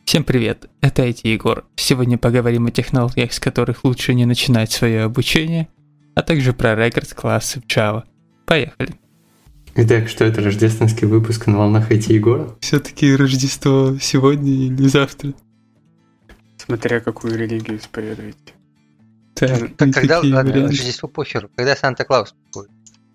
Всем привет, это IT Егор. Сегодня поговорим о технологиях, с которых лучше не начинать свое обучение, а также про рекордс-классы в Java. Поехали. Итак, что это, рождественский выпуск на волнах IT Егора? Все-таки Рождество сегодня или завтра? Смотря какую религию исповедуете. Так, когда варианты. Рождество похеру, когда Санта-Клаус приходит?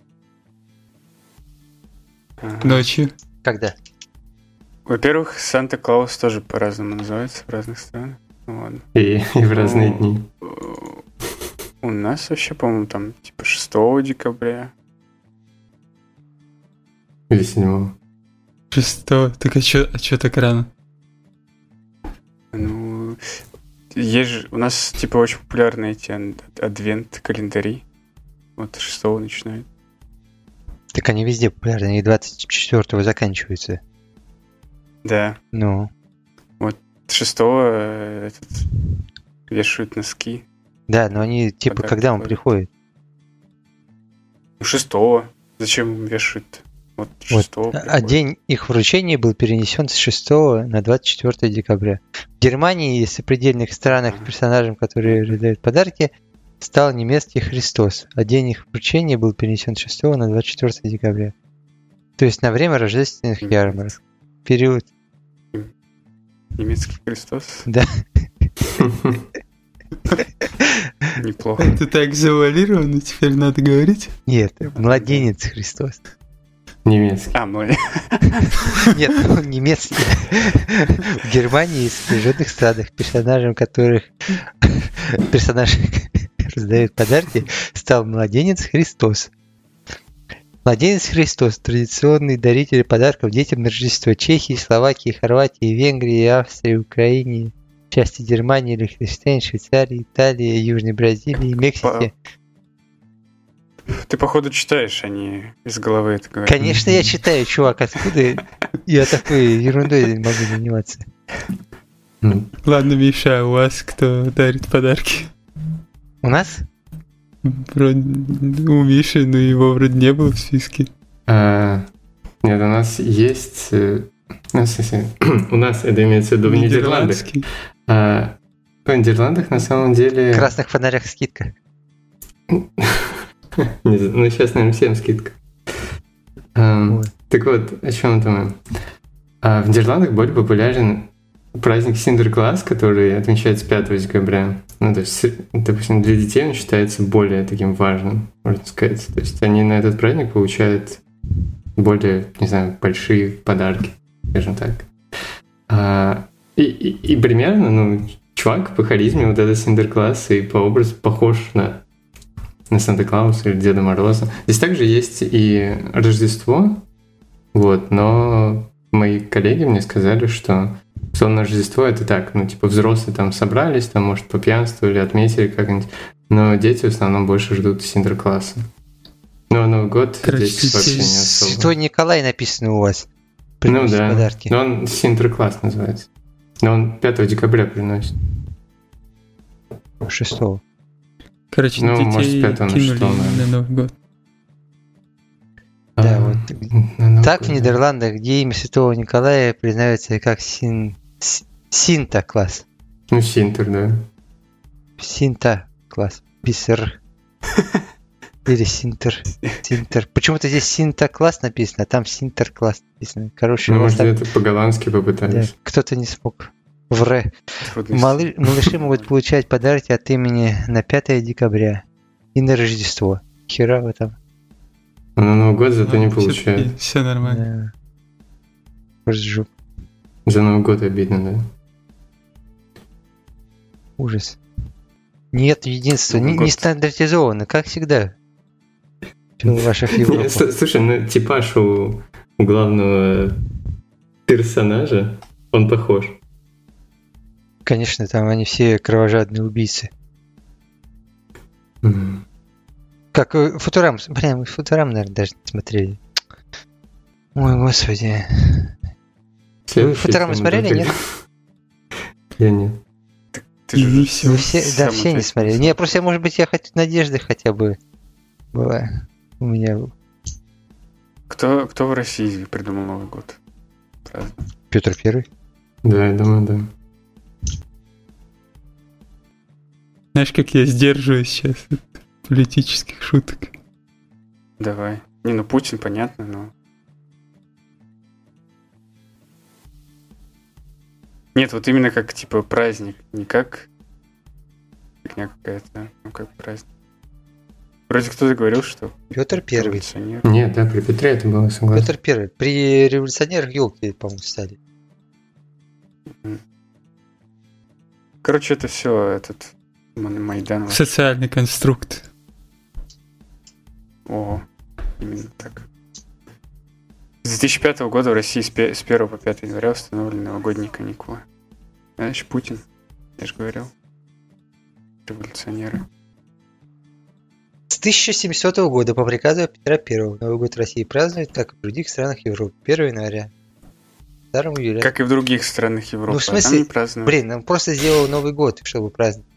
Ночью. Когда? Во-первых, Санта-Клаус тоже по-разному называется в разных странах. Ну ладно. И в разные дни. У нас вообще, по-моему, там типа 6 декабря. Или 7. 6. Так а чё так рано? Ну, есть же, у нас типа очень популярны эти адвент-календари. Вот 6 начинают. Так они везде популярны, они 24-го заканчиваются. Да. Ну. 6 вешают носки. Да, но они типа Подарки когда он ходят. приходит? 6 Зачем вешают? Вот 6 А день их вручения был перенесен с 6 на 24 декабря. В Германии и сопредельных странах персонажам, которые раздают подарки, стал немецкий Христос, а день их вручения был перенесен с 6 на 24 декабря. То есть на время рождественных ярмарок. Период. Немецкий Христос. Да. Неплохо. Это так завуалировано, теперь надо говорить? Нет, младенец Христос. Немецкий. Нет, он немецкий. В Германии и сопряженных странах, персонажам которых персонажи раздают подарки, стал младенец Христос. Младенец Христос – традиционный даритель подарков детям на Рождество Чехии, Словакии, Хорватии, Венгрии, Австрии, Украине, части Германии, Лихтенштейн, Швейцарии, Италии, Южной Бразилии, Мексики. Ты, походу, читаешь, а не из головы это говоришь. Конечно, я читаю, чувак, откуда я такой ерундой могу заниматься? Ладно, Миша, а у вас кто дарит подарки? У нас? Вроде у Миши, но его вроде не было в списке. Нет, у нас есть... У нас, это имеется в виду в Нидерландах. Нидерландский. В Нидерландах на самом деле... В красных фонарях скидка. Ну, сейчас, наверное, всем скидка. Так вот, о чем это мы? В Нидерландах более популярен праздник Синдерклас, который отмечается 5 декабря. Ну, то есть, допустим, для детей он считается более таким важным, можно сказать. То есть они на этот праздник получают более, не знаю, большие подарки, скажем так. И примерно, ну, чувак по харизме вот этот Синдерклас и по образу похож на Санта-Клауса или Деда Мороза. Здесь также есть и Рождество, вот, но мои коллеги мне сказали, что на Рождество это так, ну, типа взрослые там собрались, там, может, попьянствовали, отметили как-нибудь, но дети в основном больше ждут Синдеркласса. Ну, а Новый год здесь вообще не особо. Святой Николай написано у вас. Ну Приносит да, подарки. но он Синдеркласс называется. Но он 5 декабря приносит. 6. Короче, Ну, может, детей 5 на кинули что, наверное. на Новый год. Да, вот. На Новый Так год, в Нидерландах, где имя Святого Николая признается как Синта-класс. Ну, Синтер, да. Синта-класс. Бисер. Или Синтер. Почему-то здесь Синта-класс написано, а там Синтер-класс написано. Короче, Ну, у вас может, там- где-то по-голландски да, попытались. кто-то не смог. Вре. Трудности. Малыши могут получать подарки от имени на 5 декабря и на Рождество. Хера в этом. А на Новый год зато не Всё-таки получают. Все нормально. Да. Ржу. За Новый год обидно, да? Ужас. Нет единства. Новый Не год. стандартизовано, как всегда. Всё в ваших Не, Европах. слушай, ну типаж у главного персонажа, он похож. Конечно, там они все кровожадные убийцы. Как Футурам. Блин, мы Футурам, наверное, даже не смотрели. Ой, господи. Вы Футурам смотрели, нет? Я нет. Ты же И всё. Вы все, да, сам все не ответил. смотрели. Не, просто, может быть, я хоть надежды хотя бы была у меня. Кто в России придумал Новый год? Праздновать? Петр Первый. Да, я думаю, да. Знаешь, как я сдерживаюсь сейчас от политических шуток? Давай. Не, ну Путин, понятно, но... Нет, вот именно как, типа, праздник. Не как... Фигня какая-то, ну как праздник. Вроде кто-то говорил, что... Петр Первый. Революционер. Нет, да, при Петре это было, согласен. Петр Первый. При революционерах елки, по-моему, стали. Короче, это все этот Майдан. Социальный конструкт. О, именно так. С 2005 года в России с 1 по 5 января установлены новогодние каникулы. Знаешь, Путин, я же говорил. Революционеры. С 1700 года по приказу Петра I Новый год России празднуют, как и в других странах Европы, 1 января. 2 июля. Как и в других странах Европы. Ну, в смысле, Там не празднуют. блин, он просто сделал Новый год, чтобы праздновать.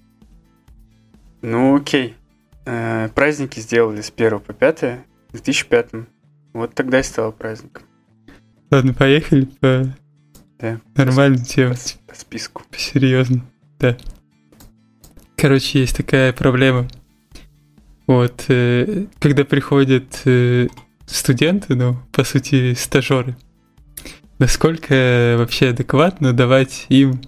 Ну, окей. Праздники сделали с 1 по 5 в 2005. Вот тогда и стало праздником. Ладно, поехали по Да. нормальным темам. По списку. Серьезно, да. Короче, есть такая проблема. Вот, когда приходят студенты, ну, по сути, стажеры, насколько вообще адекватно давать им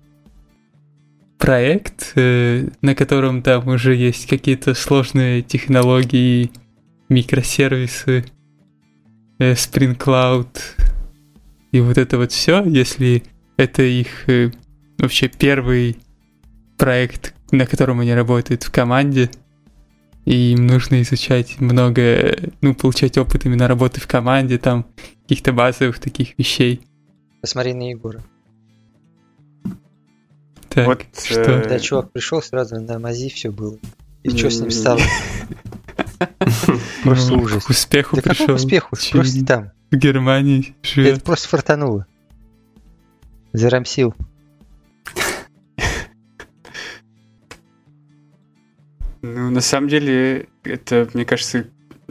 проект, на котором там уже есть какие-то сложные технологии, микросервисы, Spring Cloud и вот это вот все, если это их вообще первый проект, на котором они работают в команде, и им нужно изучать много, ну, получать опыт именно работы в команде, там, каких-то базовых таких вещей. Посмотри на Егора. Так, Вот, что? Когда чувак пришел, сразу на мази все было. И что с ним стало? Просто Ну, ужас. К успеху Да пришел. какой успеху? Просто там. В Германии Это живет. просто фартануло. Зарамсил. Ну, на самом деле, это, мне кажется,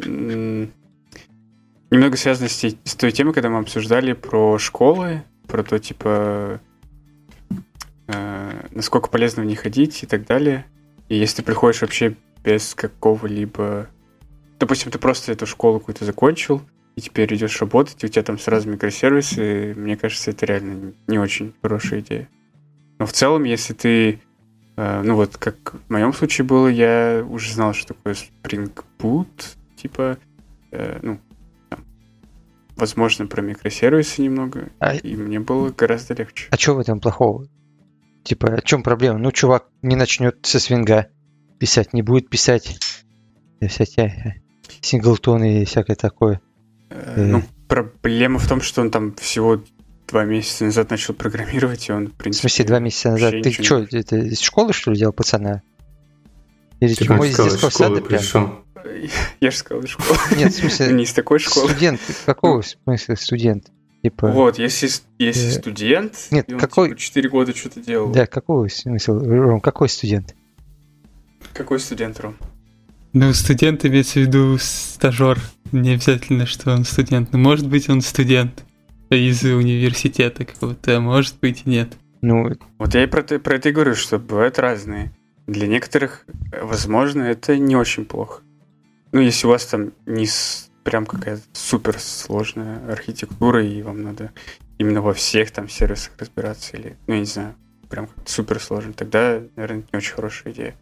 немного связано с той темой, когда мы обсуждали про школы, про то, типа, насколько полезно в них ходить и так далее. И если ты приходишь вообще без какого-либо... Допустим, ты просто эту школу какую-то закончил, и теперь идешь работать, и у тебя там сразу микросервисы, мне кажется, это реально не очень хорошая идея. Но в целом, если ты... Ну вот, как в моем случае было, я уже знал, что такое Spring Boot, типа, ну, там, возможно, про микросервисы немного, и мне было гораздо легче. А что в этом плохого? Типа, о чем проблема? Ну, чувак не начнет со свинга писать, не будет писать всякие синглтоны и всякое такое. Ну, проблема в том, что он там всего 2 месяца назад начал программировать, и он, в В принципе... смысле, 2 месяца назад? Ты что, это из школы, что ли, делал пацана? Или Ты чему из сказал, детского из школы сада прям? пришел. Я же сказал, из школы. Нет, в смысле, Не из такой школы. студент. Какого смысла студент? Типа, Вот, если студент, Нет, и он какой- типа 4 года что-то делал. да, какого смысла? Ром, какой студент? Какой студент, Ром? Ну, студент имеется в виду стажер. Не обязательно, что он студент. Ну, может быть, он студент из университета какого-то, а может быть и нет. Ну, Вот я и про это и говорю, что бывают разные. Для некоторых, возможно, это не очень плохо. Ну, если у вас там не прям какая-то суперсложная архитектура, и вам надо именно во всех там сервисах разбираться, или, ну, я не знаю, прям как-то суперсложно, тогда, наверное, это не очень хорошая идея.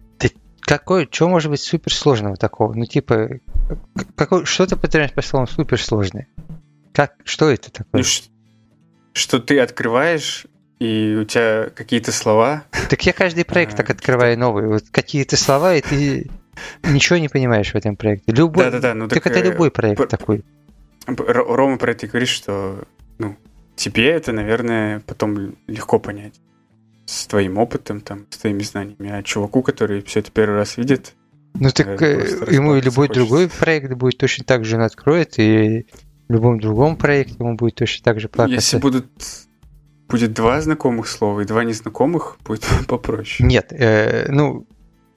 что может быть суперсложного такого? Ну, типа, что ты понимаешь по словам суперсложное? Что это такое? Ну, что ты открываешь, и у тебя какие-то слова... Так я каждый проект так открываю новый. Вот какие-то слова, и ты ничего не понимаешь в этом проекте. Любой, Да-да-да, ну так это любой проект такой. Рома про это и говорит, что ну, тебе это, наверное, потом легко понять. С твоим опытом, там, с твоими знаниями. А чуваку, который все это первый раз видит... Ну так наверное, ему и расплакаться любой хочется. другой проект будет точно так же он откроет, и в любом другом проекте ему будет точно так же плакаться. Если будет 2 знакомых слова и 2 незнакомых, будет попроще. Нет, ну,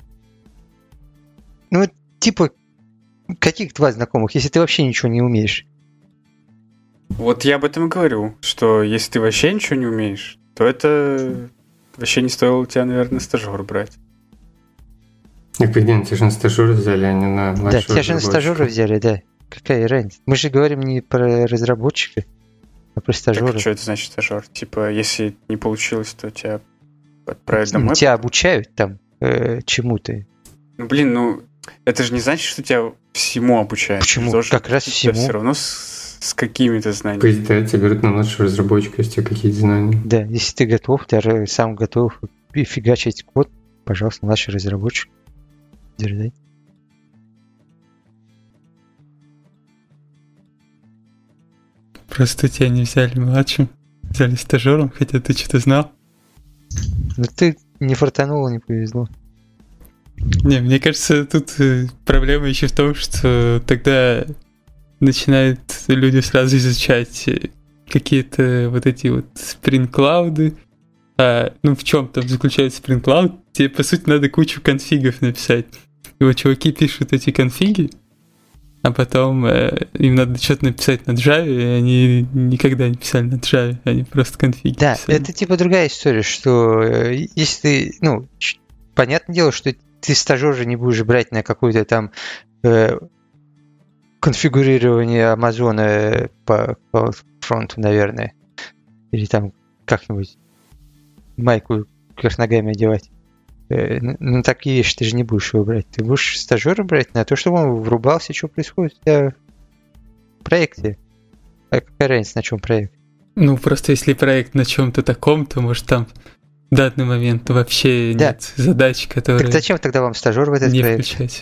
типа, каких 2 знакомых, если ты вообще ничего не умеешь? Вот я об этом и говорю, что если ты вообще ничего не умеешь, то это вообще не стоило тебя, наверное, стажер брать. И по идее, тебя же на стажера взяли, а не на Да, младшего тебя же на стажера разработчика. взяли, да. Какая разница? Мы же говорим не про разработчика, а про стажера. Так, что это значит стажер? Типа, если не получилось, то тебя отправят домой? Тебя обучают там чему-то. Ну, блин, ну, это же не значит, что тебя всему обучают. Почему? Тоже Как раз всему. все равно с какими-то знаниями. По идее, тебя берут на младшего разработчика, если у тебя какие-то знания. Да, если ты готов, ты сам готов и фигачить код, пожалуйста, младший разработчик. Дерзай. Просто тебя не взяли младшим, взяли стажером, хотя ты что-то знал. Ну ты не фартануло, не повезло. Не, мне кажется, тут проблема еще в том, что тогда начинают люди сразу изучать какие-то вот эти вот Spring Cloud. Ну, в чем там заключается Spring Cloud? Тебе, по сути, надо кучу конфигов написать. И вот чуваки пишут эти конфиги, а потом им надо что-то написать на Java, и они никогда не писали на Java, они просто конфиги Да, писали. это типа другая история, что если ты, ну, понятное дело, что ты стажера не будешь брать на какое-то там конфигурирование Амазона по фронту, наверное. Или там как-нибудь майку кверх ногами одевать. Ну, такие вещи ты же не будешь его брать. Ты будешь стажера брать на то, чтобы он врубался, что происходит у тебя в проекте. А какая разница, на чем проект? Ну, просто если проект на чем-то таком, то, может, там в данный момент вообще Да. нет задач, которые Так зачем тогда вам стажер в этот не проект? включать.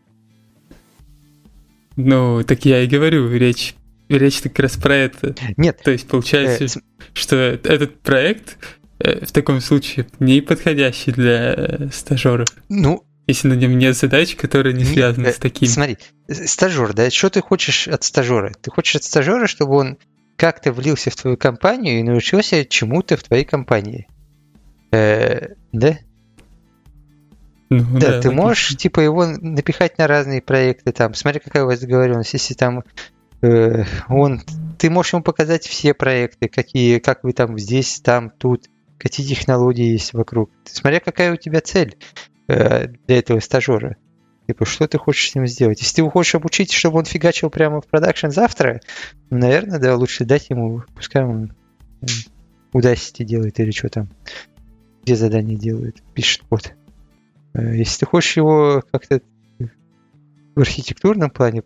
Ну, так я и говорю, речь как раз про это. Нет. То есть получается, что этот проект в таком случае не подходящий для стажеров. Ну, Если на нем нет задач, которые не связаны с таким. Смотри, стажер, да, что ты хочешь от стажера? Ты хочешь от стажера, чтобы он как-то влился в твою компанию и научился чему-то в твоей компании. Да? Ну, Да, ты логично. можешь, типа, его напихать на разные проекты, там, смотри, какая у вас договоренность, если там ты можешь ему показать все проекты, как вы там здесь, там, тут, какие технологии есть вокруг. Смотря какая у тебя цель для этого стажера. Типа, что ты хочешь с ним сделать? Если ты его хочешь обучить, чтобы он фигачил прямо в продакшн завтра, ну, наверное, да, лучше дать ему, пускай он Udacity делает или что там, где задания делает, пишет код. Если ты хочешь его как-то в архитектурном плане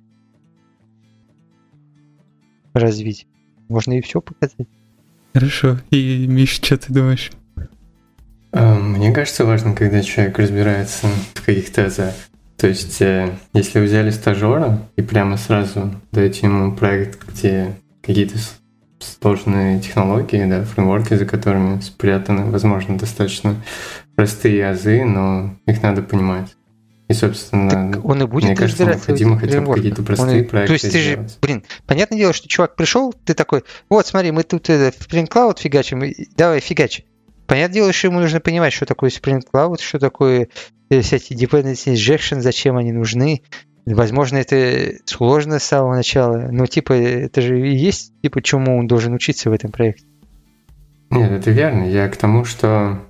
развить, можно и все показать. Хорошо. И, Миш, что ты думаешь? Мне кажется, важно, когда человек разбирается в каких-то азах. То есть, если вы взяли стажера и прямо сразу даете ему проект, где какие-то сложные технологии, да, фреймворки, за которыми спрятаны, возможно, достаточно простые азы, но их надо понимать. И, собственно, так он и будет мне кажется, необходимо хотя бы какие-то простые проекты То есть ты сделать. же, понятное дело, что чувак пришел, ты такой, вот, смотри, мы тут в Spring Cloud фигачим, давай фигач. Понятное дело, что ему нужно понимать, что такое Spring Cloud, что такое всякие dependency injection, зачем они нужны. Возможно, это сложно с самого начала, но типа это же и есть, типа, чему он должен учиться в этом проекте. Нет, это верно. Я к тому, что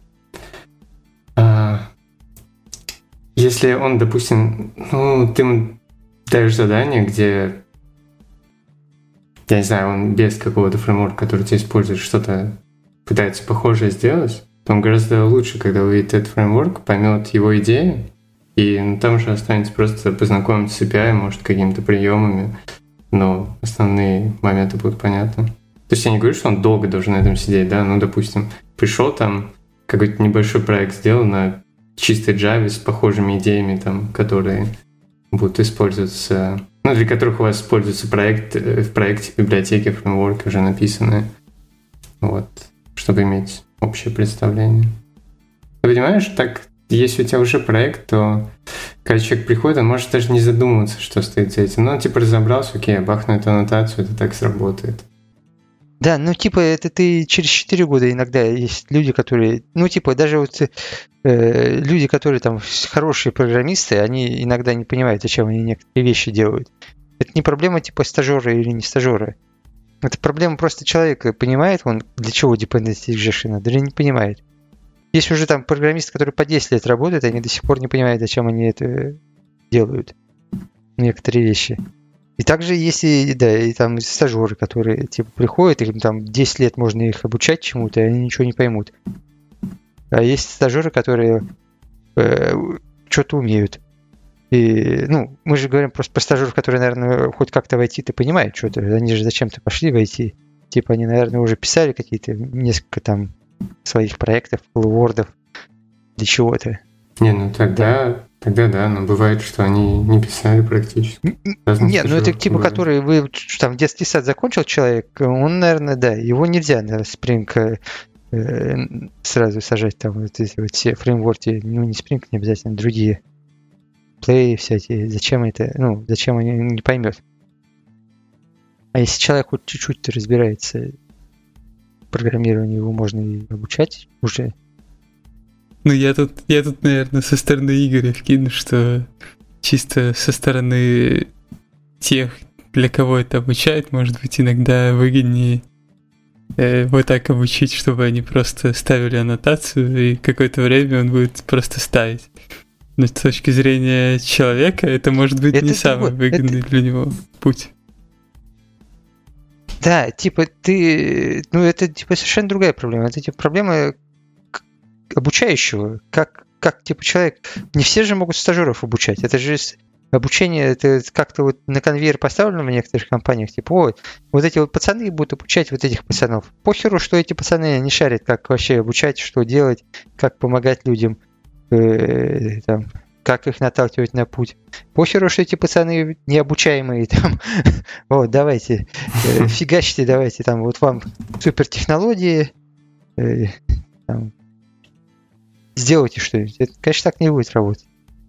если он, допустим, ты ему даешь задание, где, я не знаю, он без какого-то фреймворка, который ты используешь, что-то пытается похожее сделать, то он гораздо лучше, когда увидит этот фреймворк, поймет его идею, и там же останется просто познакомиться с API, может, какими-то приемами, но основные моменты будут понятны. То есть я не говорю, что он долго должен на этом сидеть, да, допустим, пришел там, какой-то небольшой проект сделал на чистой Java с похожими идеями, там, которые будут использоваться, для которых у вас используется в проекте библиотеки, фреймворки уже написанные, чтобы иметь общее представление. Ты понимаешь, так, если у тебя уже проект, то когда человек приходит, он может даже не задумываться, что стоит за этим. Разобрался, окей, я бахну эту аннотацию, это так сработает. Да, это ты через 4 года иногда есть люди, которые, даже люди, которые там хорошие программисты, они иногда не понимают, зачем они некоторые вещи делают. Это не проблема стажера или не стажера. Это проблема просто человека. Понимает он, для чего dependency injection надо, или не понимает. есть уже там программисты, которые по 10 лет работают, они до сих пор не понимают, зачем они это делают. Некоторые вещи. И также есть и там стажеры, которые типа приходят, им там 10 лет можно их обучать чему-то, и они ничего не поймут. А есть стажеры, которые что-то умеют. И, мы же говорим просто про стажеров, которые, наверное, хоть как-то в IT-то понимают что-то. Они же зачем-то пошли в IT. Типа они, наверное, уже писали какие-то несколько там своих проектов, Word для чего-то. Не, тогда да, но бывает, что они не писали практически. Нет, это типа, который вы там детский сад закончил человек, он, наверное, да, его нельзя на Spring сразу сажать там вот эти вот все фреймворки, не Spring, не обязательно, другие. Play всякие, зачем это, зачем он не поймет. А если человек хоть чуть-чуть разбирается в программировании, его можно и обучать уже. Я тут, наверное, со стороны Игоря вкину, что чисто со стороны тех, для кого это обучают, может быть, иногда выгоднее вот так обучить, чтобы они просто ставили аннотацию, и какое-то время он будет просто ставить. Но с точки зрения человека, это может быть не самый выгодный для него путь. Да, типа ты... это типа совершенно другая проблема. Это типа проблема обучающего. Как типа человек... Не все же могут стажеров обучать. Это же обучение, это как-то вот на конвейер поставлено в некоторых компаниях. Типа, вот эти вот пацаны будут обучать вот этих пацанов. Похеру, что эти пацаны не шарят, как вообще обучать, что делать, как помогать людям, там, как их наталкивать на путь. Похеру, что эти пацаны необучаемые, там, вот, давайте, фигачьте, давайте, там, вот вам супертехнологии, там, сделайте что-нибудь. Это, конечно, так не будет работать.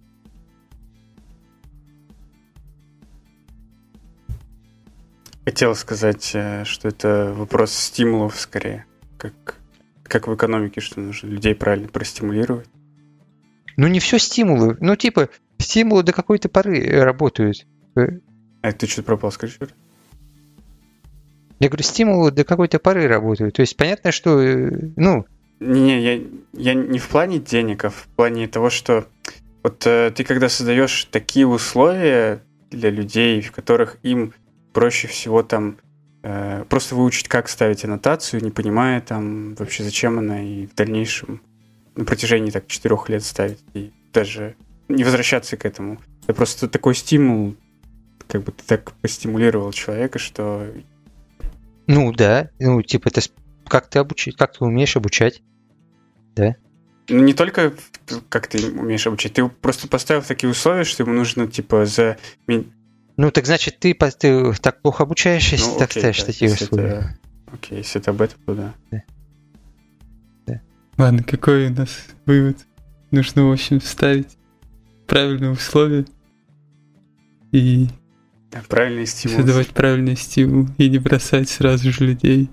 Хотел сказать, что это вопрос стимулов скорее, как в экономике, что нужно людей правильно простимулировать. Не все стимулы. Стимулы до какой-то поры работают. А ты что-то пропал, скажи что-то? Я говорю, стимулы до какой-то поры работают. То есть понятно, что, Не, я не в плане денег, а в плане того, что вот ты когда создаешь такие условия для людей, в которых им проще всего там просто выучить, как ставить аннотацию, не понимая там вообще зачем она, и в дальнейшем на протяжении 4 лет ставить, и даже не возвращаться к этому. Это просто такой стимул, как бы ты так постимулировал человека, что... Да, это как ты умеешь обучать, да? Не только как ты умеешь обучать, ты просто поставил такие условия, что ему нужно, так значит, ты так плохо обучаешь, если так ставишь такие условия. Окей, если это об этом, то да. Ладно, какой у нас вывод? Нужно, в общем, ставить правильные условия и правильные стимулы. создавать правильные стимулы и не бросать сразу же людей.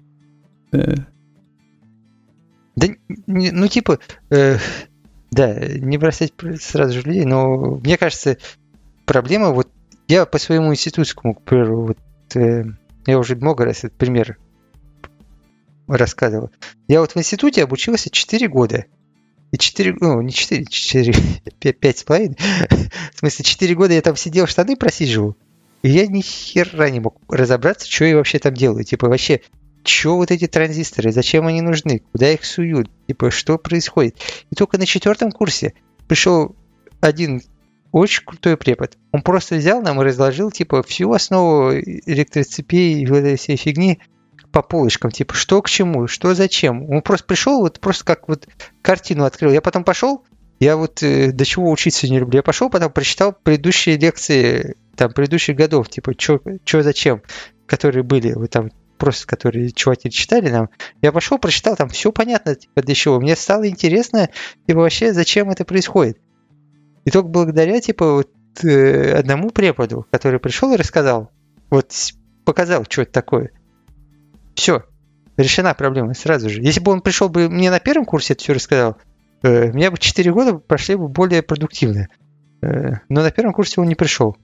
Не бросать сразу же людей, но мне кажется, проблема, я по своему институтскому, к примеру, я уже много раз этот пример рассказывал. Я в институте обучился 4 года. И 4, не 4, 5,5. В смысле, 4 года я там сидел, штаны просиживал. И я ни хера не мог разобраться, что я вообще там делаю. Вообще, что вот эти транзисторы, зачем они нужны, куда их суют, что происходит. И только на 4 курсе пришел один очень крутой препод. Он просто взял нам и разложил, всю основу электроцепей и вот этой всей фигни по полочкам, что к чему, что зачем. Он просто пришел, просто как картину открыл. Я потом пошел, я до чего учиться не люблю. Я пошел, потом прочитал предыдущие лекции, предыдущих годов, что зачем, которые были, просто которые чуваки читали нам. Я пошел, прочитал, там все понятно, для чего. Мне стало интересно, вообще, зачем это происходит. И только благодаря, одному преподу, который пришел и рассказал, показал, что это такое. Все, решена проблема сразу же. Если бы он пришел бы мне на 1 курсе это все рассказал, у меня бы 4 года прошли бы более продуктивно. Но на 1 курсе он не пришел.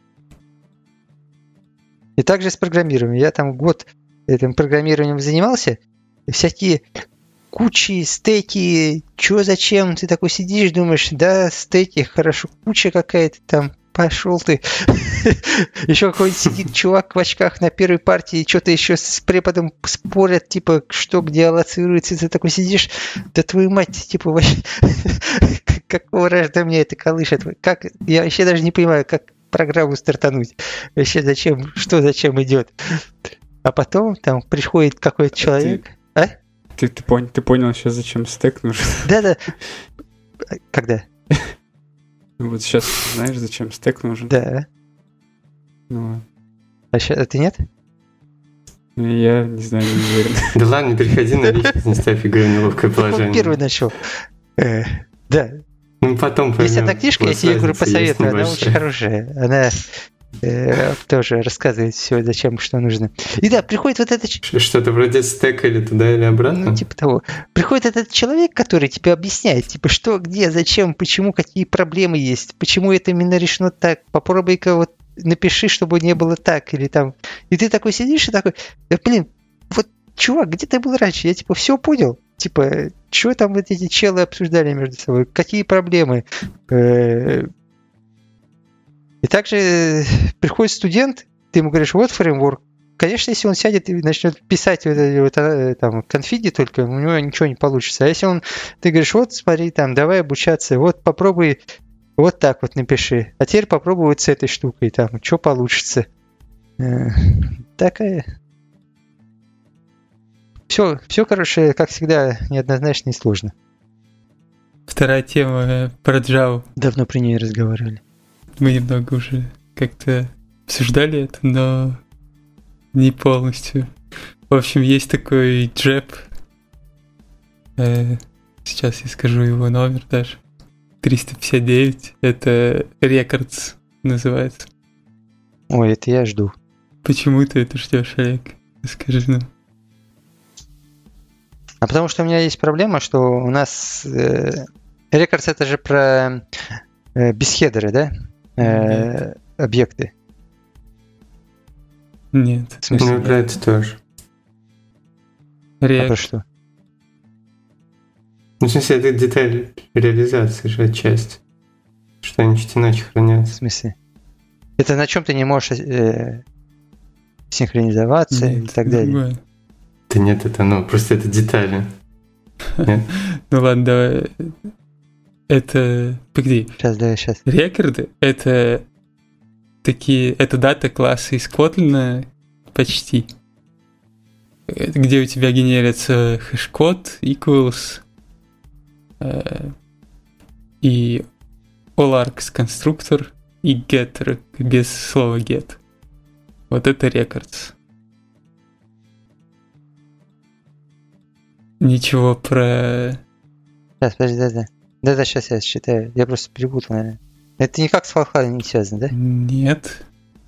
И также с программированием. Я там год этим программированием занимался. Всякие кучи, стеки, чё, зачем? Ты такой сидишь, думаешь, да, стеки, хорошо, куча какая-то там, пошел ты. Еще какой-нибудь сидит чувак в очках на первой партии, что-то еще с преподом спорят, типа, что где аллоцируется. Ты такой сидишь, да твою мать, типа, вообще, какого рожда мне это колышет? Как, я вообще даже не понимаю, как программу стартануть. Вообще зачем, что зачем идет. А потом там приходит какой-то человек. Ты понял сейчас, зачем стек нужен? Да-да. Когда? Вот сейчас знаешь, зачем стек нужен? Да. Ну, а ты нет? Я не знаю, не уверен. Да ладно, не переходи на личность, не ставь игру в неловкое положение. Он первый начал. Да. Ну, потом поймем. Есть одна книжка, я тебе говорю, посоветую, она очень хорошая. Она тоже рассказывает все, зачем, что нужно. И да, приходит вот этот... Что-то вроде стека или туда, или обратно? Ну, типа того. Приходит этот человек, который тебе объясняет, типа, что, где, зачем, почему, какие проблемы есть, почему это именно решено так. Попробуй-ка вот напиши, чтобы не было так, или там... И ты такой сидишь и такой, блин, вот, чувак, где ты был раньше? Я, типа, все понял. Типа, что там вот эти челы обсуждали между собой? Какие проблемы? И также приходит студент, ты ему говоришь, вот фреймворк. Конечно, если он сядет и начнет писать там конфиги только, у него ничего не получится. А если ты говоришь, вот смотри, там, давай обучаться, вот попробуй вот так вот напиши. А теперь попробуй вот с этой штукой, там, что получится. Такая... Все, короче, как всегда, неоднозначно и сложно. Вторая тема про Java. Давно при ней разговаривали. Мы немного уже как-то обсуждали это, но не полностью. В общем, есть такой джеб. Сейчас я скажу его номер даже. 359. Это Records называется. Ой, это я жду. Почему ты это ждешь, Олег? Скажи нам. А потому что у меня есть проблема, что у нас Records это же про бесхедеры, да? Объекты. Нет. В смысле? Ну, про это тоже. А про что? Ну, в смысле, это деталь реализации же отчасти. Что они чуть иначе В хранятся. смысле? Это на чем ты не можешь синхронизоваться и так далее? Да нет, это оно, просто это детали. Нет? Ну ладно, давай. Это... Погоди. Сейчас. Рекорды — это такие... Это дата-классы из Kotlin почти. Где у тебя генерится хэш-код, equals и all-args конструктор и getter без слова get. Вот это records. Ничего про... Сейчас, подожди, да, сейчас я считаю. Я просто перепутал, наверное. Это никак с файлханом не связано, да? Нет.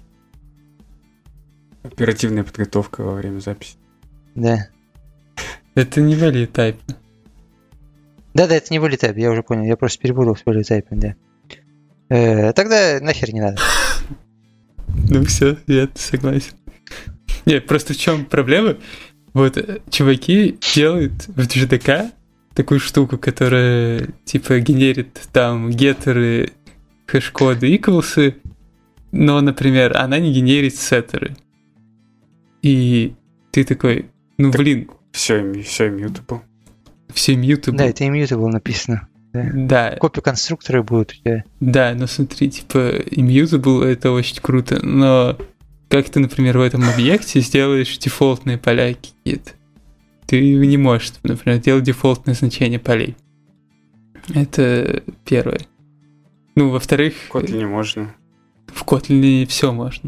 Оперативная подготовка во время записи. Да. Это не value type. Да, это не value type, я уже понял. Я просто перепутал с value type, да. Тогда нахер не надо. Ну все, я согласен. Нет, просто в чем проблема? Вот чуваки делают в JDK такую штуку, которая типа генерит там геттеры, хэш-коды, equals, но, например, она не генерит сеттеры. И ты такой, ну блин. Все immutable. Все immutable. Да, это immutable написано. Да. Копии конструкторы будут у тебя. Да, но смотри, типа immutable это очень круто, но как ты, например, в этом объекте сделаешь дефолтные поля какие-то? Ты не можешь, например, делать дефолтное значение полей. Это первое. Ну, во-вторых... В Kotlin можно. В Kotlin все можно.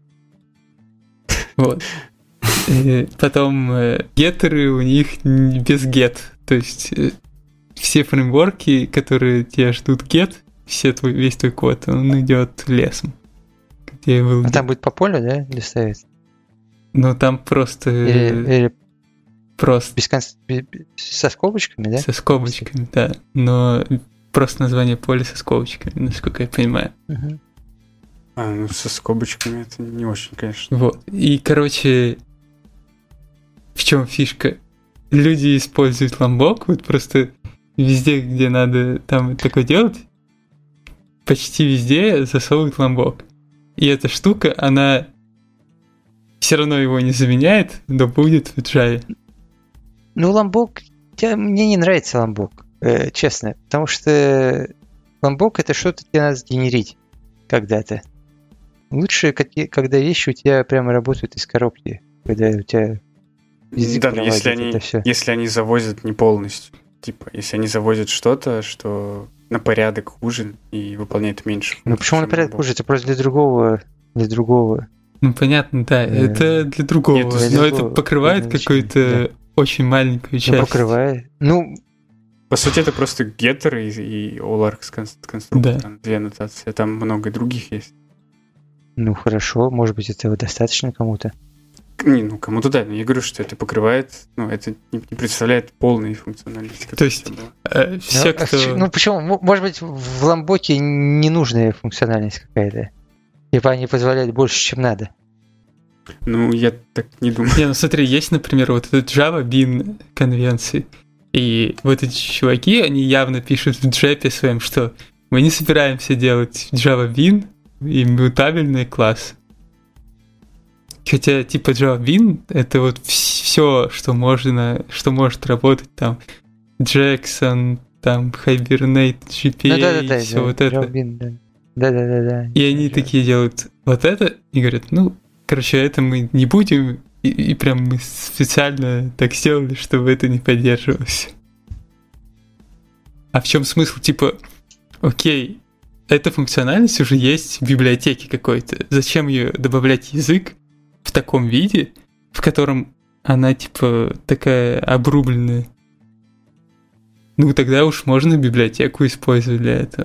Вот. Потом геттеры у них без get. То есть все фреймворки, которые тебя ждут get, весь твой код, он идет лесом. А там будет по полю, да, или ставить? Ну, там просто... Или просто... Со скобочками, да? Со скобочками, да. Но просто название поля со скобочками, насколько я понимаю. Угу. Ну со скобочками это не очень, конечно. Вот. И, короче, в чем фишка? люди используют Lombok, вот просто везде, где надо там такое делать, почти везде засовывают Lombok. И эта штука, она все равно его не заменяет, но будет в Java. Ну, Lombok, мне не нравится Lombok, честно, потому что Lombok это что-то тебе надо сгенерить когда-то. Лучше, когда вещи у тебя прямо работают из коробки, когда у тебя язык да, но проводит если они завозят не полностью, типа, если они завозят что-то, что на порядок хуже и выполняет меньше. Ну почему на порядок хуже? Это просто для другого. Ну понятно, да, это для другого, Нет, но это покрывает какую-то очень маленькую часть. Покрывает. По сути, это просто геттер и all-args конструктор, Да. две аннотации, там много других есть. Ну хорошо, может быть, этого достаточно кому-то. Кому-то да, но я говорю, что это покрывает, это не представляет полной функциональности. То есть все, кто... Почему? Может быть, в Ламбоке ненужная функциональность какая-то. Типа они позволяют больше, чем надо. Я так не думаю. Смотри, есть, например, вот этот Java Bean конвенции. И вот эти чуваки, они явно пишут в джепе своем, что мы не собираемся делать Java Bean и мутабельный класс. Хотя, типа, Java Bean — это вот все, что может работать там. Jackson, там, Hibernate, GPA, все вот это. Bean, да. И они такие делают вот это и говорят, это мы не будем, и прям мы специально так сделали, чтобы это не поддерживалось. А в чем смысл? Типа, окей, эта функциональность уже есть в библиотеке какой-то. Зачем ее добавлять в язык в таком виде, в котором она, типа, такая обрубленная? Тогда уж можно библиотеку использовать для этого.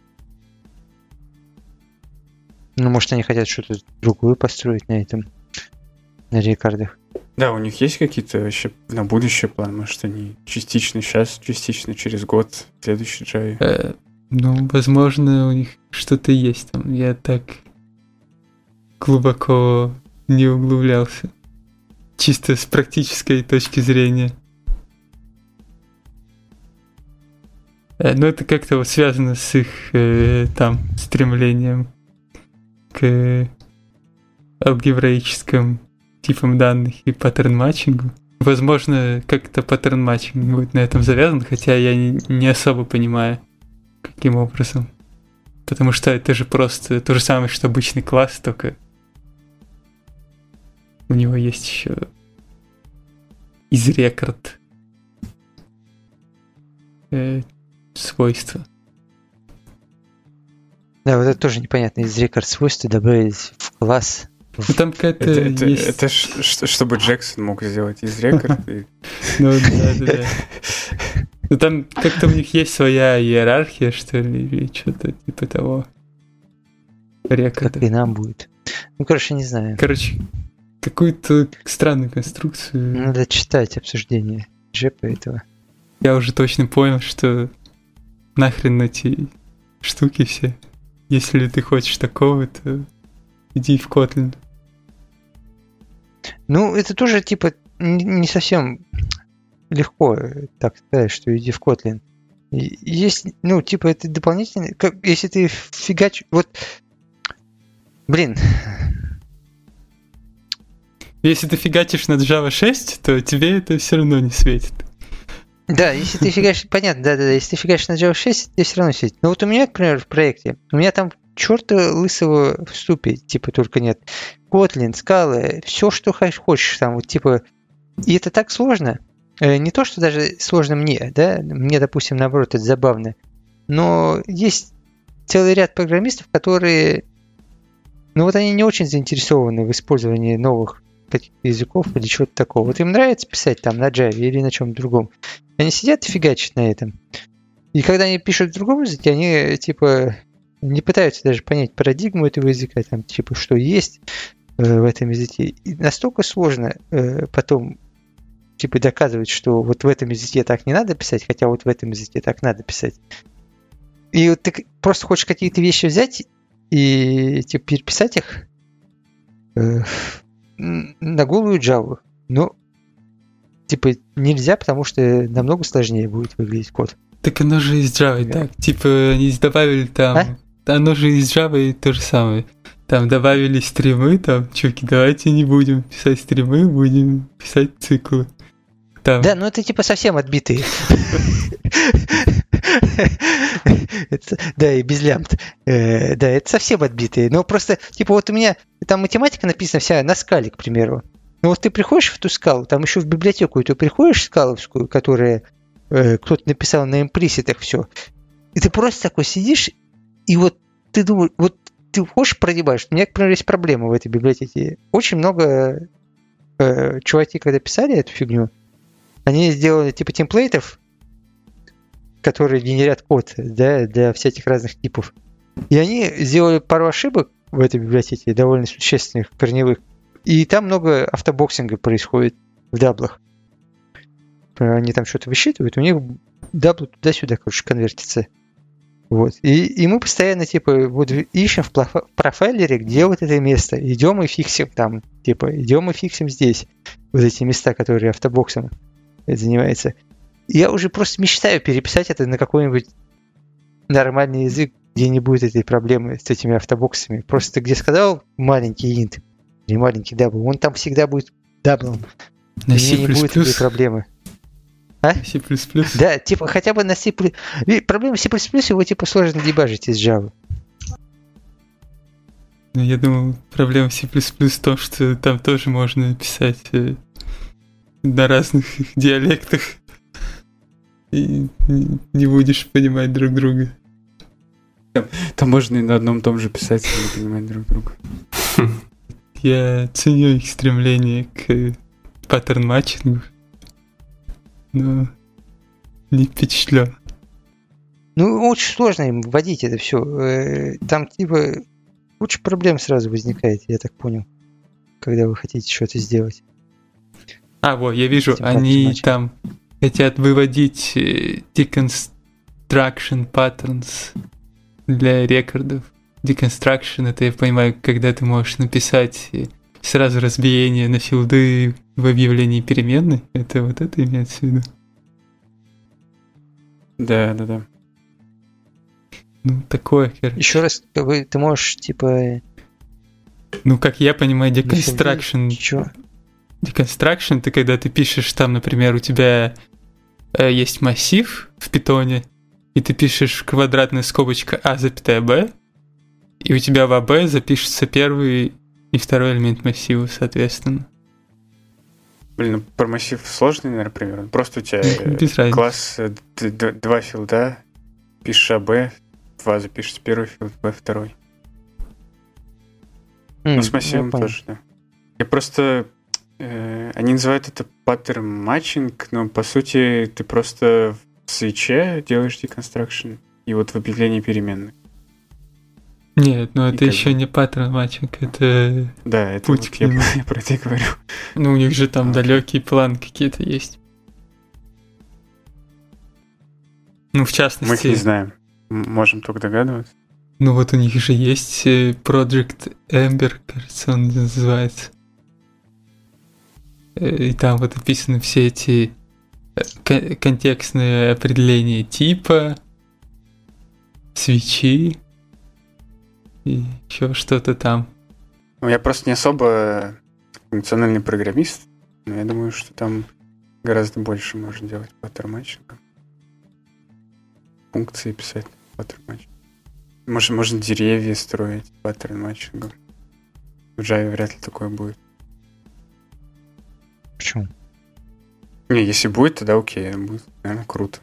Может, они хотят что-то другое построить на рекордах. Да, у них есть какие-то вообще на будущее планы? Может, они частично сейчас, частично через год в следующей Java? Возможно, у них что-то есть там. Я так глубоко не углублялся. Чисто с практической точки зрения. Но это как-то вот связано с их стремлением к алгебраическим типам данных и паттерн-матчингу. Возможно, как-то паттерн-матчинг будет на этом завязан, хотя я не особо понимаю, каким образом. Потому что это же просто то же самое, что обычный класс, только у него есть еще из рекорд свойства. Да, вот это тоже непонятно. Из рекорд свойства добавить в класс. Там какая-то есть... Это чтобы Джексон мог сделать из рекорд. Да. Там как-то у них есть своя иерархия, что ли, или что-то типа того. Рекорда. Как и нам будет. Не знаю. Какую-то странную конструкцию. Надо читать обсуждение джепа этого. Я уже точно понял, что нахрен эти штуки все. Если ты хочешь такого, то иди в Kotlin. Это тоже, типа, не совсем легко так сказать, что иди в Kotlin. Есть, это дополнительно... Если ты фигачишь... Если ты фигачишь над Java 6, то тебе это все равно не светит. Да, если ты фигачишь... Понятно, да. Если ты фигачишь на Java 6, тебе все равно светит. Но у меня, например, в проекте, у меня там черта лысого в ступе, типа, только нет. Kotlin, Scala, все, что хочешь там, И это так сложно. Не то, что даже сложно мне, да? Мне, допустим, наоборот, это забавно. Но есть целый ряд программистов, которые... они не очень заинтересованы в использовании новых каких-то языков или чего-то такого. Им нравится писать там на Java или на чем-то другом. Они сидят и фигачат на этом. И когда они пишут в другом языке, они, не пытаются даже понять парадигму этого языка, что есть в этом языке. И настолько сложно потом, доказывать, что вот в этом языке так не надо писать, хотя вот в этом языке так надо писать. И вот ты просто хочешь какие-то вещи взять и, переписать их на голую Java. Но типа, нельзя, потому что намного сложнее будет выглядеть код. Так оно же из Java, так, типа, они добавили там... Оно же из Java и то же самое. Там добавили стримы, там, чуваки, давайте не будем писать стримы, будем писать циклы. Там. Да, ну это типа совсем отбитые. Да, и без лямбд. Да, это совсем отбитые. Но просто, типа, вот у меня там математика написана вся на скале, к примеру. Но вот ты приходишь в ту скалу, там еще в библиотеку, и ты приходишь в скаловскую, которая кто-то написал на имплиситах все, и ты просто такой сидишь, и вот ты думаешь, вот ты хочешь прогибаешь. У меня, к примеру, есть проблема в этой библиотеке. Очень много чуваки, когда писали эту фигню, они сделали типа темплейтов, которые генерят код, да, для всяких разных типов. И они сделали пару ошибок в этой библиотеке, довольно существенных, корневых. И там много автобоксинга происходит в даблах. Они там что-то высчитывают, у них даблы туда-сюда, короче, конвертятся. Вот. И мы постоянно, типа, вот ищем в профайлере, где вот это место. Идем и фиксим там. Типа, идем и фиксим здесь. Вот эти места, которые автобоксом занимаются. И я уже просто мечтаю переписать это на какой-нибудь нормальный язык, где не будет этой проблемы с этими автобоксами. Просто ты где сказал маленький int или маленький дабл, он там всегда будет даблом. На C++? Не будет этой проблемы. А? C++? Да, типа хотя бы на C++. Проблема C++ его типа сложно дебажить из Java. Ну, я думал, проблема C++ в том, что там тоже можно писать на разных диалектах. И не будешь понимать друг друга. Там можно и на одном том же писать, и не понимать друг друга. Я ценю их стремление к паттерн-матчингу, но не впечатлен. Ну, очень сложно им вводить это все. Там, типа, куча проблем сразу возникает, я так понял, когда вы хотите что-то сделать. Вот, я вижу, они там хотят выводить deconstruction patterns для рекордов. Deconstruction — это, я понимаю, когда ты можешь написать сразу разбиение на филды в объявлении переменной. Это вот это имеется в виду? Да. Ну, такое, короче. Еще раз, ты можешь, типа... Ну, как я понимаю, deconstruction... Чё? Deconstruction — это когда ты пишешь там, например, у тебя есть массив в питоне, и ты пишешь квадратная скобочка А запятая Б, и у тебя в АБ запишется первый и второй элемент массива, соответственно. Блин, ну про массив сложный, наверное, пример. Просто у тебя класс, два филда, пишешь АБ, в А запишется первый филд, Б второй. Ну, с массивом тоже, да. Я просто... они называют это паттерн матчинг, но по сути ты просто в свитче делаешь deconstruction и вот в объявлении переменных. Нет, ну это еще не паттерн матчинг, это да, это путь вот к нему. Я про это и говорю. Ну у них же там далекие планы какие-то есть. Ну в частности... Мы их не знаем, можем только догадываться. Ну вот у них же есть Project Ember, кажется, он называется. И там вот описаны все эти контекстные определения типа, свитчи и еще что-то там. Ну, я просто не особо функциональный программист, но я думаю, что там гораздо больше можно делать паттерн-матчингом. Функции писать паттерн-матчингом. Можно деревья строить паттерн-матчингом. В Java вряд ли такое будет. Почему? Не, если будет, тогда окей, будет, наверное, круто.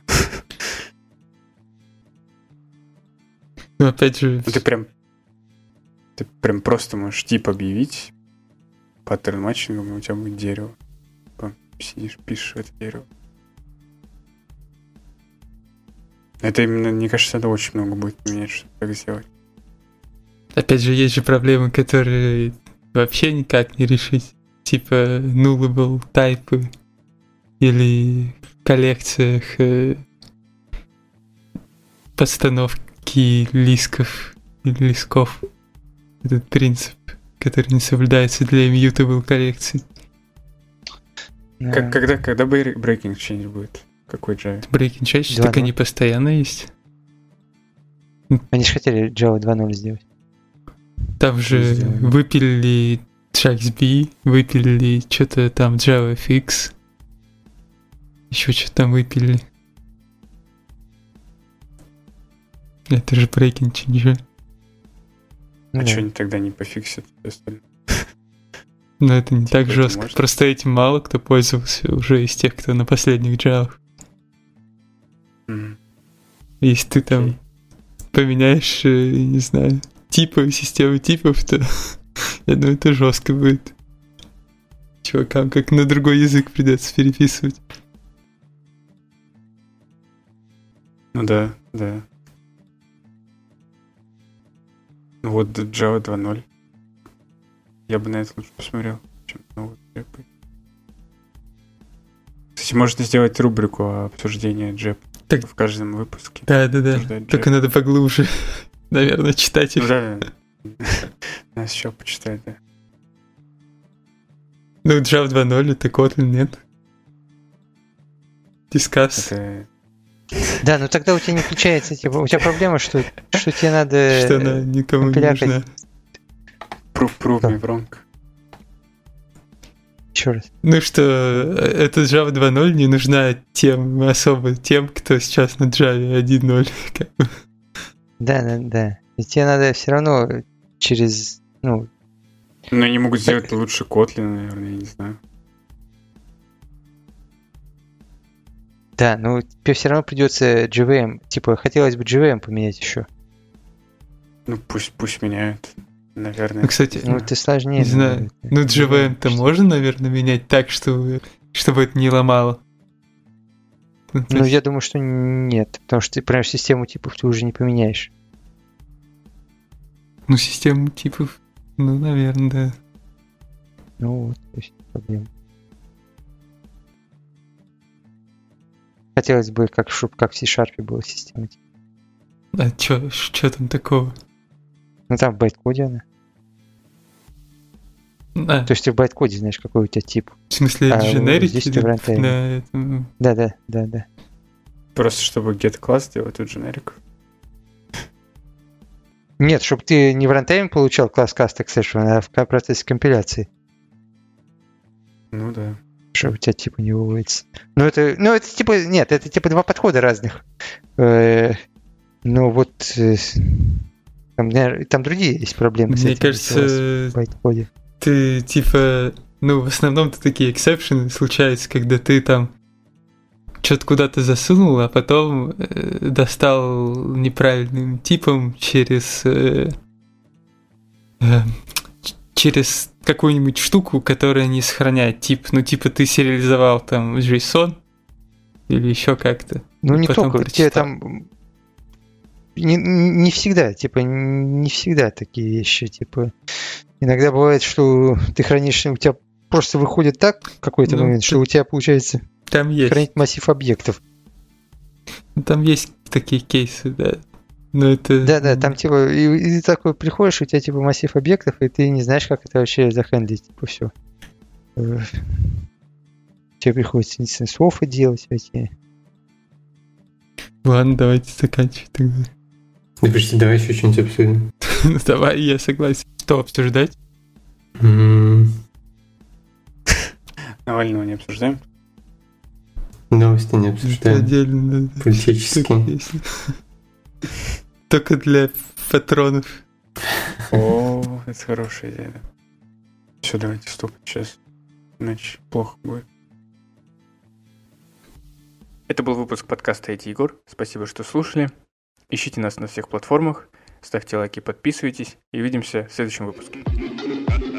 Ну, опять же... Ты прям просто можешь тип объявить паттерн матчингом, и у тебя будет дерево. Сидишь, пишешь это дерево. Это именно, мне кажется, это очень много будет поменять, чтобы так сделать. Опять же, есть же проблемы, которые вообще никак не решить. Типа nullable тайпы или в коллекциях постановки лисков или лисков. Этот принцип, который не соблюдается для immutable коллекций. Да. Когда breaking change будет? Какой Java? Breaking change, 2.0. так они постоянно есть. Они же хотели Java 2.0 сделать. Там же Сделали. выпилили JaxB, выпилили что-то там JavaFX. Еще что-то там выпилили. Это же breaking change. Ну А да. что они тогда не пофиксят? Но это не так это жестко. может. Просто этим мало кто пользовался уже из тех, кто на последних Java. Если ты там Окей. поменяешь, не знаю, типы, систему типов, то я думаю, это жестко будет. Чувакам как на другой язык придется переписывать. Ну да. Ну вот Java 2.0. Я бы на это лучше посмотрел, чем на вот джепы. Кстати, можно сделать рубрику обсуждения джеп Так- в каждом выпуске. Да. Обсуждать Только надо поглубже, наверное, читать Ну их. да, нас еще почитать, да. Ну, Java 2.0 это Kotlin, нет? Дискасс. Это Да, ну тогда у тебя не включается, типа, у тебя проблема, что тебе надо... Что она никому не компилятор. нужна. prove Да. me wrong. Еще раз. Ну что, эта Java 2.0 не нужна особо тем, кто сейчас на Java 1.0. как бы. Да. И тебе надо все равно через, Но они могут сделать лучше Kotlin, наверное, я не знаю. да, ну тебе все равно придется JVM, типа, хотелось бы JVM поменять еще. Ну пусть меняют, наверное. Ну, кстати, Ну, это сложнее. не знаю. Ну, JVM-то можно, наверное, менять так, чтобы это не ломало. Ну, то Ну, есть- я думаю, что нет, потому что ты прям систему типов ты уже не поменяешь. Ну, систему типов, ну, наверное, да. Ну вот, то есть проблема. Хотелось бы, чтобы как в C-Sharp была система типов. А чё там такого? Ну там в байткоде она. А, То есть ты в байткоде знаешь, какой у тебя тип. в смысле, а generic здесь или ты в рантайме. на этом? Да. Просто чтобы get класс сделать тут generic. Нет, чтобы ты не в рантайме получал класс cast exception, а в процессе компиляции. Ну да. Чтобы у тебя типа не выводится. Ну это типа, нет, это типа два подхода разных. Ну вот там другие есть проблемы с Мне этим. кажется, в байткоде. ты типа, ну, в основном-то такие эксепшены случаются, когда ты там что-то куда-то засунул, а потом достал неправильным типом через какую-нибудь штуку, которая не сохраняет тип. Ну, типа ты сериализовал там JSON или еще как-то. Ну не потом только, тебе прочитал. там не всегда, типа, не всегда такие вещи, типа. Иногда бывает, что ты хранишь, у тебя просто выходит так в какой-то Ну, момент, что у тебя получается Там есть. хранить массив объектов. Там есть такие кейсы, да. Но это... Да, там типа, и ты такой приходишь, у тебя типа массив объектов, и ты не знаешь, как это вообще захендлить, типа все. Тебе приходится инстанс-оффы делать эти. Ладно, давайте заканчивать тогда. Да почти давай еще что-нибудь обсудим. Ну, давай, я согласен. Что обсуждать? Навального не обсуждаем. Новости не Это обсуждаем. отдельно, да. Политические. Только песни. Только для патронов. О, это хорошая идея. Все, давайте стопать сейчас. Иначе плохо будет. Это был выпуск подкаста IT Егор. Спасибо, что слушали. Ищите нас на всех платформах, ставьте лайки, подписывайтесь и увидимся в следующем выпуске.